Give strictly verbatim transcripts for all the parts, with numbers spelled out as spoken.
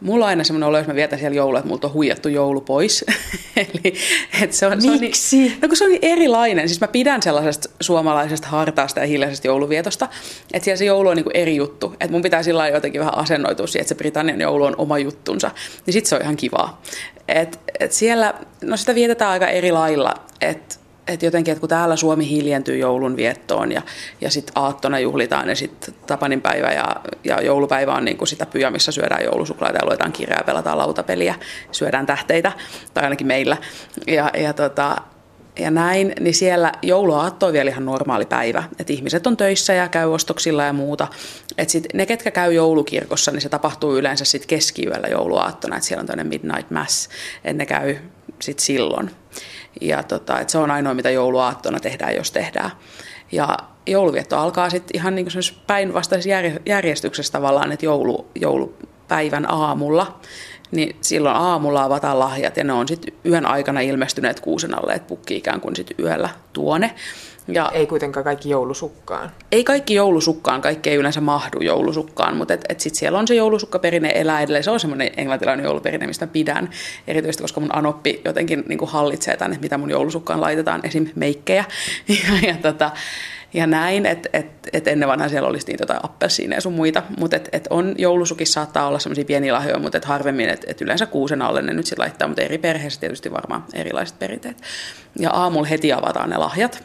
mulla on aina semmoinen olo, jos mä vietän siellä joulua, että multa on huijattu joulu pois. Eli, että se on, Miksi? Se on niin, no kun se on niin erilainen. Siis mä pidän sellaisesta suomalaisesta hartaasta ja hiljaisesta jouluvietosta, että siellä se joulu on niin kuin eri juttu. Että mun pitää sillä lailla jotenkin vähän asennoitua siihen, että se Britannian joulu on oma juttunsa. Niin sit se on ihan kivaa. Että et siellä, no sitä vietetään aika eri lailla, että Että jotenkin, että kun täällä Suomi hiljentyy joulun viettoon ja, ja sitten aattona juhlitaan ja sitten tapaninpäivä ja, ja joulupäivä on niin kuin sitä pyjä, missä syödään joulusuklaita ja luetaan kirjaa ja pelataan lautapeliä, syödään tähteitä, tai ainakin meillä. Ja, ja, tota, ja näin, niin siellä jouluaatto on vielä ihan normaali päivä. Että ihmiset on töissä ja käy ostoksilla ja muuta. Että sitten ne, ketkä käy joulukirkossa, niin se tapahtuu yleensä sitten keskiyöllä jouluaattona. Että siellä on tämmöinen midnight mass, että ne käy sitten silloin. Ja tota, että se on ainoa, mitä jouluaattona tehdään, jos tehdään. Ja jouluvietto alkaa sitten ihan niin kuin päinvastaisessa järjestyksessä tavallaan, että joulu, joulupäivän aamulla, niin silloin aamulla avataan lahjat ja ne on sitten yön aikana ilmestyneet kuusen alle, että pukki ikään kuin sitten yöllä tuone. Ja ei kuitenkaan kaikki joulusukkaan. Ei kaikki joulusukkaan, kaikki ei yleensä mahdu joulusukkaan, mutta et, et sitten siellä on se joulusukkaperinne elää edelleen. Se on semmoinen englantilainen jouluperinne, mistä pidän, erityisesti koska mun anoppi jotenkin niin kuin hallitsee tänne, mitä mun joulusukkaan laitetaan, esim. Meikkejä ja, ja, tota, ja näin, että et, et ennen vanhaan siellä olisi niitä jotain appelsiineja sun muita, mutta et, et on joulusukissa saattaa olla semmoisia pieniä lahjoja, mutta et harvemmin, että et yleensä kuusen alle ne nyt sitten laittaa, mutta eri perheessä tietysti varmaan erilaiset perinteet. Ja aamulla heti avataan ne lahjat.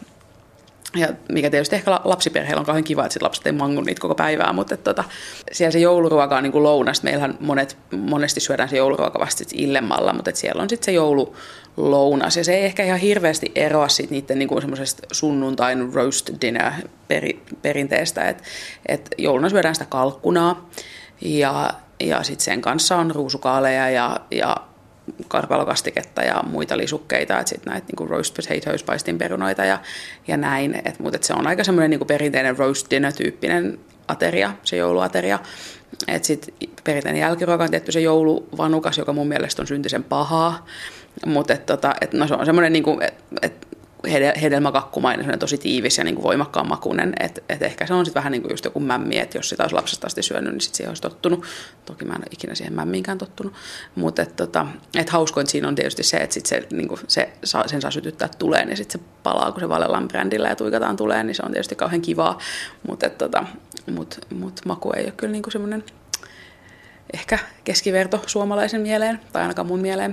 Ja mikä tietysti ehkä lapsiperheillä on kauhean kiva, että sit lapset ei mangu niitä koko päivää, mutta että tota, siellä se jouluruoka on niin kuin lounas. Meillähän monet, monesti syödään se jouluruoka vasta illemmalla, mutta että siellä on sitten se joululounas. Ja se ei ehkä ihan hirveästi eroa siitä niiden niin kuin semmoisesta sunnuntain roast dinner peri, perinteestä, että et jouluna syödään sitä kalkkunaa ja, ja sitten sen kanssa on ruusukaaleja ja, ja karpalokastiketta ja muita lisukkeita, että sitten näitä niinku roast potatoes, paistinperunoita ja, ja näin. Et, mutta et se on aika semmoinen niinku perinteinen roast dinner-tyyppinen ateria, se jouluateria. Että sitten perinteinen jälkiruoka on tietty se jouluvanukas, joka mun mielestä on syntisen pahaa. Mutta et, tota, et, no se on semmoinen niinku, et, et, hedelmäkakkumainen, tosi tiivis ja niin kuin voimakkaan makuinen, että et ehkä se on sitten vähän niin kuin just joku mämmi, että jos sitä olisi lapsesta asti syönyt, niin sitten siihen olisi tottunut. Toki mä en ole ikinä siihen mämmiinkään tottunut, mutta et, tota, et hauskoin siinä on tietysti se, että sit se, niin kuin se, sen saa sytyttää tuleen ja sitten se palaa, kun se valellaan brändillä ja tuikataan tuleen, niin se on tietysti kauhean kivaa, mutta et, tota, mut, mut maku ei ole kyllä niin kuin semmoinen ehkä keskiverto suomalaisen mieleen, tai ainakaan mun mieleen.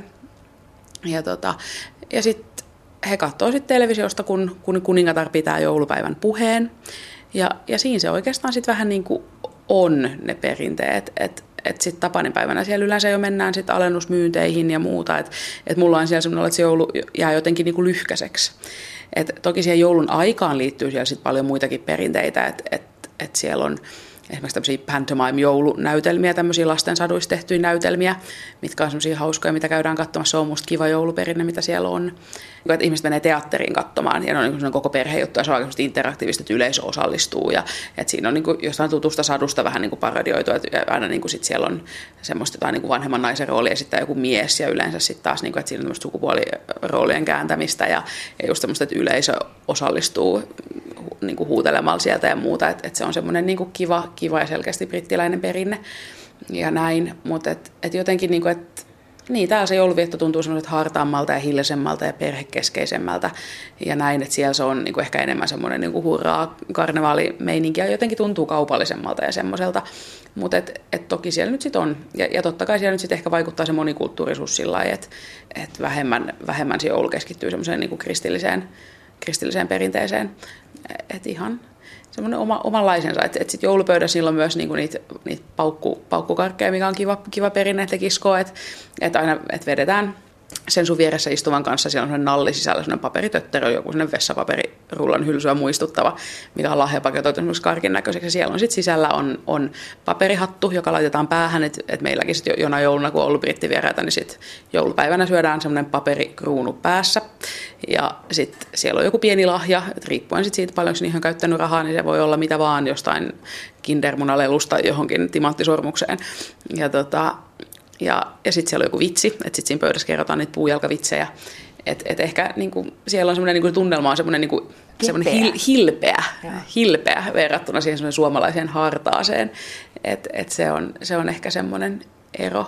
Ja, tota, ja sitten he katsoo sitten televisiosta, kun, kun kuningatar pitää joulupäivän puheen. Ja, ja siinä se oikeastaan sitten vähän niin kuin on ne perinteet. Että et sitten tapaninpäivänä siellä yleensä jo mennään sitten alennusmyynteihin ja muuta. Että et mulla on siellä semmoinen, että se joulu jää jotenkin niin kuin lyhkäiseksi. Et toki siihen joulun aikaan liittyy siellä sitten paljon muitakin perinteitä. Että et, et siellä on esimerkiksi tämmöisiä pantomime-joulunäytelmiä, tämmöisiä lastensaduista tehtyjä näytelmiä, mitkä on semmoisia hauskoja, mitä käydään katsomassa. Se on musta kiva jouluperinne, mitä siellä on. Että ihmiset menee teatteriin katsomaan, ja ne on niin koko perhejuttu, ja se on aika interaktiivista, että yleisö osallistuu. Ja että siinä on niin kuin jostain tutusta sadusta vähän niin kuin parodioitu, että aina niin kuin sit siellä on semmoista jotain niin kuin vanhemman naisen roolia, ja sitten joku mies, ja yleensä sitten taas, niin kuin, että siinä on tämmöistä sukupuoliroolien kääntämistä, ja, ja just semmoista, että yleisö osallistuu niin kuin huutelemalla sieltä ja muuta, että, että se on semmoinen niin kuin kiva, kiva ja selkeästi brittiläinen perinne ja näin, mutta et, et jotenkin niin kuin, että niin, täällä se jouluvietto tuntuu semmoiselta hartaammalta ja hiljaisemmalta ja perhekeskeisemmältä ja näin, että siellä se on niin kuin ehkä enemmän semmoinen niin kuin hurraa karnevaalimeininki ja jotenkin tuntuu kaupallisemmalta ja semmoiselta, mutta et, et toki siellä nyt sitten on ja, ja totta kai siellä nyt sitten ehkä vaikuttaa se monikulttuurisuus sillä lailla, että et vähemmän, vähemmän se joulu keskittyy semmoiseen niin kuin kristilliseen, kristilliseen perinteeseen, että ihan semmoinen oma, omanlaisensa, että et sitten joulupöydässä silloin myös niinku niitä, niitä paukku, paukkukarkkeja, mikä on kiva, kiva perinne, että kiskoa, että et aina et vedetään sen sun vieressä istuvan kanssa, siellä on sellainen nalli sisällä, sellainen paperitötterö, joku sellainen vessapaperirullan hylsyä muistuttava, mikä on lahjapaketoitu esimerkiksi karkin näköiseksi. Siellä on sitten sisällä on, on paperihattu, joka laitetaan päähän, että et meilläkin sitten jona jouluna, kun on ollut brittivieraita, niin sitten joulupäivänä syödään semmoinen paperikruunu päässä. Ja sitten siellä on joku pieni lahja, että riippuen sitten siitä, paljonko niihin on käyttänyt rahaa, niin se voi olla mitä vaan, jostain kindermunalelusta johonkin timanttisormukseen. Ja tota... Ja, ja sitten siellä on joku vitsi, että sitten siinä pöydässä kerrotaan niitä puujalkavitsejä. Että et ehkä niinku, siellä on semmoinen niinku, tunnelma on semmoinen niinku, hil, hilpeä, hilpeä verrattuna siihen suomalaiseen hartaaseen. Että et se, on, se on ehkä semmoinen ero.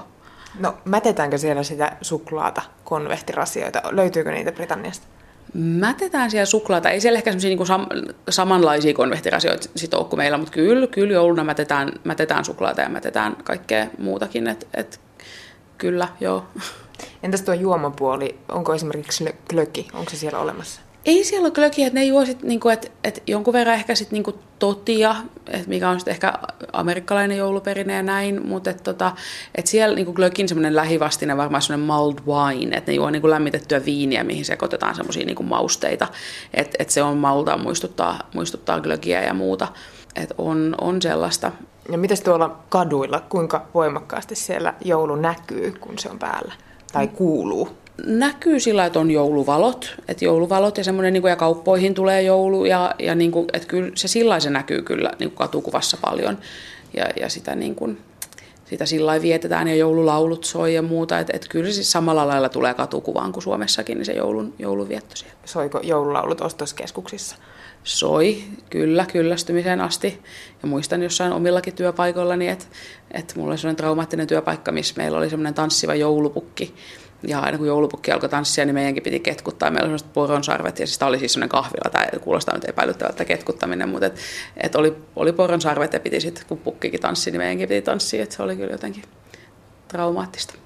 No mätetäänkö siellä sitä suklaata, konvehtirasioita? Löytyykö niitä Britanniasta? Mätetään siellä suklaata. Ei siellä ehkä semmoisia niinku sam- samanlaisia konvehtirasioita sit ole kuin meillä, mutta kyllä, kyllä jouluna mätetään, mätetään suklaata ja mätetään kaikkea muutakin. Et, et, kyllä, joo. Entäs tuo juomapuoli? Onko esimerkiksi glöggi? Onko se siellä olemassa? Ei siellä ole glögiä, että ne juo sit, niinku, että et jonkun verran ehkä sit, niinku, totia, et mikä on sit ehkä amerikkalainen jouluperinne ja näin, mutta et, tota, et siellä niinku, glögin semmoinen lähivastine varmaan semmoinen mulled wine, että ne juo niinku, lämmitettyä viiniä, mihin sekoitetaan semmoisia niinku, mausteita, että et se on maultaan muistuttaa, muistuttaa glögiä ja muuta, että on, on sellaista. Ja mitäs tuolla kaduilla, kuinka voimakkaasti siellä joulu näkyy, kun se on päällä tai kuuluu? Näkyy sillä, että on jouluvalot, että jouluvalot ja semmoinen, niin kuin, ja kauppoihin tulee joulu, ja, ja niin kuin, että kyllä se sillä se näkyy kyllä niin kuin katukuvassa paljon, ja, ja sitä, niin kuin, sitä sillä vietetään, ja joululaulut soi ja muuta, että, että kyllä se siis samalla lailla tulee katukuvaan kuin Suomessakin, niin se joulun, joulunvietto siellä. Soiko joululaulut ostoskeskuksissa? Soi, kyllä, kyllästymiseen asti. Ja muistan jossain omillakin työpaikoillani, että, että mulla oli sellainen traumaattinen työpaikka, missä meillä oli semmoinen tanssiva joulupukki. Ja aina kun joulupukki alkoi tanssia, niin meidänkin piti ketkuttaa. Meillä oli sellaiset poronsarvet, ja siis tämä oli siis sellainen kahvila. Tämä kuulostaa nyt epäilyttävältä ketkuttaminen, mutta et, et oli, oli poronsarvet, ja piti sitten, kun pukkikin tanssi, niin meidänkin piti tanssia. Että se oli kyllä jotenkin traumaattista.